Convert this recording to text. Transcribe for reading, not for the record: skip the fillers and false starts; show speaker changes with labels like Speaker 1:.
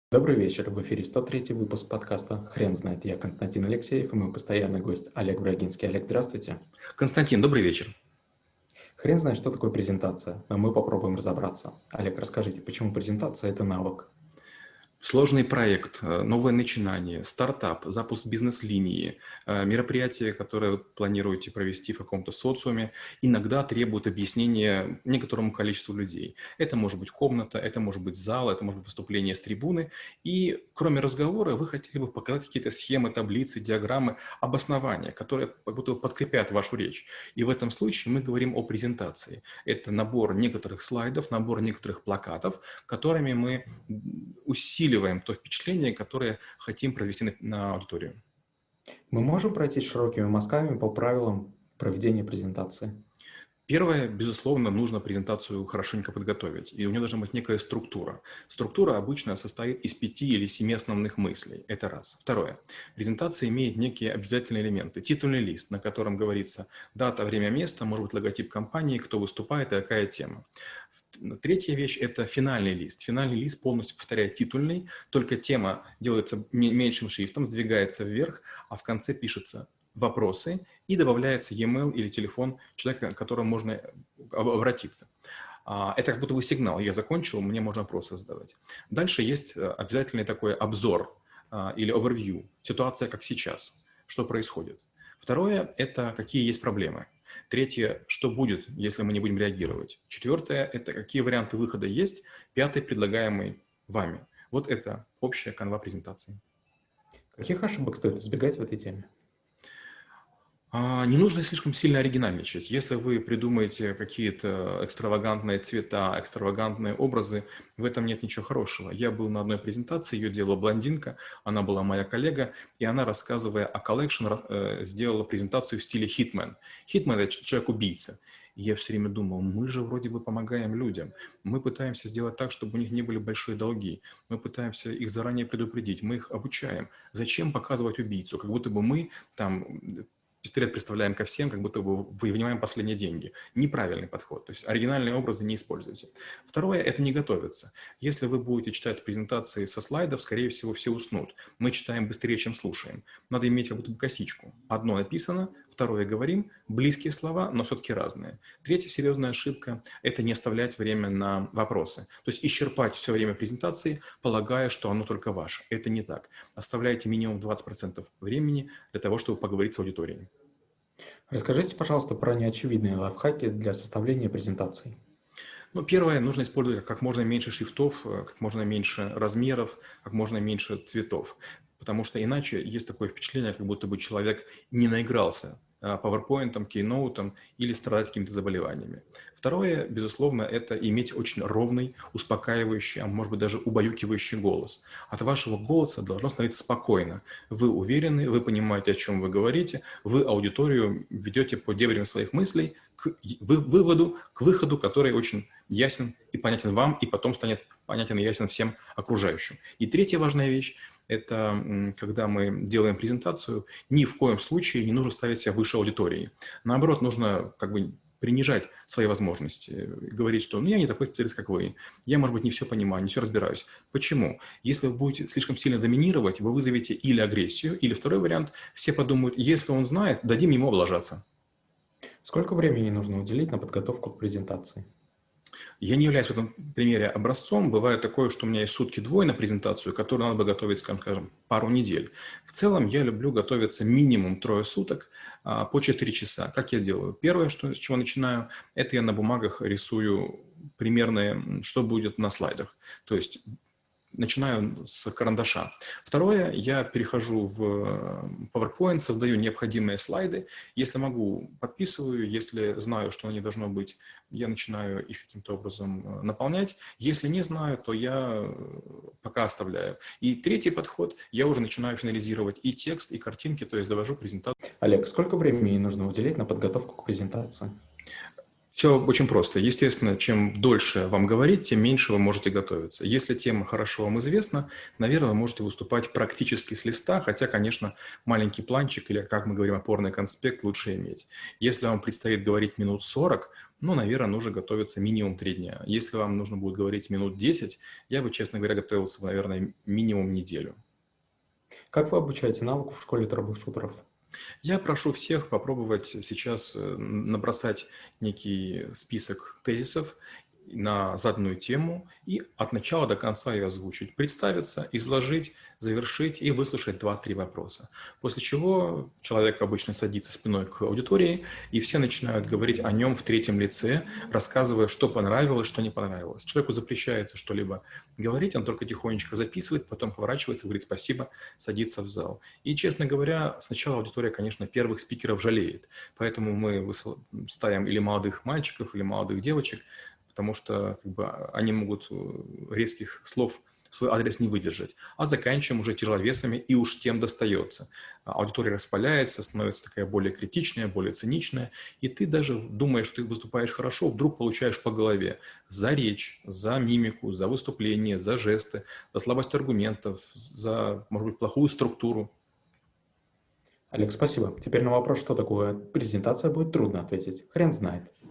Speaker 1: Добрый вечер. В эфире 103-й выпуск подкаста «Хрен знает». Я Константин Алексеев и мой постоянный гость Олег Брагинский. Олег, здравствуйте.
Speaker 2: Константин, добрый вечер.
Speaker 1: Хрен знает, что такое презентация, но мы попробуем разобраться. Олег, расскажите, почему презентация – это навык?
Speaker 2: Сложный проект, новое начинание, стартап, запуск бизнес-линии, мероприятие, которое вы планируете провести в каком-то социуме, иногда требует объяснения некоторому количеству людей. Это может быть комната, это может быть зал, это может быть выступление с трибуны. И кроме разговора вы хотели бы показать какие-то схемы, таблицы, диаграммы, обоснования, которые как будто бы подкрепят вашу речь. И в этом случае мы говорим о презентации. Это набор некоторых слайдов, набор некоторых плакатов, которыми мы усиливаем то впечатление, которое хотим произвести на аудиторию.
Speaker 1: Мы можем пройтись широкими мазками по правилам проведения презентации?
Speaker 2: Первое, безусловно, нужно презентацию хорошенько подготовить, и у нее должна быть некая структура. Структура обычно состоит из 5 или 7 основных мыслей. Это раз. Второе. Презентация имеет некие обязательные элементы. Титульный лист, на котором говорится дата, время, место, может быть логотип компании, кто выступает и какая тема. Третья вещь – это финальный лист. Финальный лист полностью повторяет титульный, только тема делается меньшим шрифтом, сдвигается вверх, а в конце пишется вопросы и добавляется e-mail или телефон человека, к которому можно обратиться. Это как будто бы сигнал. Я закончил, мне можно вопросы задавать. Дальше есть обязательный такой обзор или overview. Ситуация как сейчас. Что происходит. Второе – это какие есть проблемы. Третье – что будет, если мы не будем реагировать. Четвертое – это какие варианты выхода есть. Пятый – предлагаемый вами. Вот это общая канва презентации.
Speaker 1: Каких ошибок стоит избегать в этой теме?
Speaker 2: Не нужно слишком сильно оригинальничать. Если вы придумаете какие-то экстравагантные цвета, экстравагантные образы, в этом нет ничего хорошего. Я был на одной презентации, ее делала блондинка, она была моя коллега, и она, рассказывая о коллекшн, сделала презентацию в стиле Hitman. Hitman – это человек-убийца. И я все время думал, мы же вроде бы помогаем людям. Мы пытаемся сделать так, чтобы у них не были большие долги. Мы пытаемся их заранее предупредить, мы их обучаем. Зачем показывать убийцу? Как будто бы мы там пистолет представляем ко всем, как будто бы вынимаем последние деньги. Неправильный подход. То есть оригинальные образы не используйте. Второе – это не готовиться. Если вы будете читать презентации со слайдов, скорее всего, все уснут. Мы читаем быстрее, чем слушаем. Надо иметь как будто бы косичку. Одно написано, второе говорим, близкие слова, но все-таки разные. Третья серьезная ошибка – это не оставлять время на вопросы. То есть исчерпать все время презентации, полагая, что оно только ваше. Это не так. Оставляйте минимум 20% времени для того, чтобы поговорить с аудиторией.
Speaker 1: Расскажите, пожалуйста, про неочевидные лайфхаки для составления презентаций.
Speaker 2: Ну, первое, нужно использовать как можно меньше шрифтов, как можно меньше размеров, как можно меньше цветов. Потому что иначе есть такое впечатление, как будто бы человек не наигрался PowerPoint, Keynote или страдать какими-то заболеваниями. Второе, безусловно, это иметь очень ровный, успокаивающий, а может быть даже убаюкивающий голос. От вашего голоса должно становиться спокойно. Вы уверены, вы понимаете, о чем вы говорите, вы аудиторию ведете по дебрям своих мыслей к выводу, к выходу, который очень ясен и понятен вам, и потом станет понятен и ясен всем окружающим. И третья важная вещь – это когда мы делаем презентацию, ни в коем случае не нужно ставить себя выше аудитории. Наоборот, нужно как бы принижать свои возможности, говорить, что я не такой специалист, как вы, я, может быть, не все понимаю, не все разбираюсь. Почему? Если вы будете слишком сильно доминировать, вы вызовете или агрессию, или второй вариант, все подумают, если он знает, дадим ему облажаться.
Speaker 1: Сколько времени нужно уделить на подготовку к презентации?
Speaker 2: Я не являюсь в этом примере образцом. Бывает такое, что у меня есть сутки-двое на презентацию, которую надо бы готовить, скажем, пару недель. В целом я люблю готовиться минимум 3 суток по 4 часа. Как я делаю? Первое, с чего начинаю, это я на бумагах рисую примерно, что будет на слайдах. То есть начинаю с карандаша. Второе, я перехожу в PowerPoint, создаю необходимые слайды. Если могу, подписываю. Если знаю, что они должно быть, я начинаю их каким-то образом наполнять. Если не знаю, то я пока оставляю. И третий подход, я уже начинаю финализировать и текст, и картинки, то есть довожу презентацию.
Speaker 1: Олег, сколько времени нужно уделить на подготовку к презентации?
Speaker 2: Все очень просто. Естественно, чем дольше вам говорить, тем меньше вы можете готовиться. Если тема хорошо вам известна, наверное, вы можете выступать практически с листа, хотя, конечно, маленький планчик или, как мы говорим, опорный конспект лучше иметь. Если вам предстоит говорить минут 40, ну, наверное, нужно готовиться минимум 3 дня. Если вам нужно будет говорить минут 10, я бы, честно говоря, готовился, наверное, минимум неделю.
Speaker 1: Как вы обучаете навыку в школе трэбл-шутеров?
Speaker 2: Я прошу всех попробовать сейчас набросать некий список тезисов на заданную тему и от начала до конца ее озвучить, представиться, изложить, завершить и выслушать 2-3 вопроса. После чего человек обычно садится спиной к аудитории, и все начинают говорить о нем в третьем лице, рассказывая, что понравилось, что не понравилось. Человеку запрещается что-либо говорить, он только тихонечко записывает, потом поворачивается, говорит спасибо, садится в зал. И, честно говоря, сначала аудитория, конечно, первых спикеров жалеет, поэтому мы ставим или молодых мальчиков, или молодых девочек, потому что как бы, они могут резких слов в свой адрес не выдержать, а заканчиваем уже тяжеловесами, и уж тем достается. Аудитория распаляется, становится такая более критичная, более циничная, и ты даже думаешь, что ты выступаешь хорошо, вдруг получаешь по голове за речь, за мимику, за выступление, за жесты, за слабость аргументов, за, может быть, плохую структуру.
Speaker 1: Олег, спасибо. Теперь на вопрос, что такое презентация, будет трудно ответить. Хрен знает.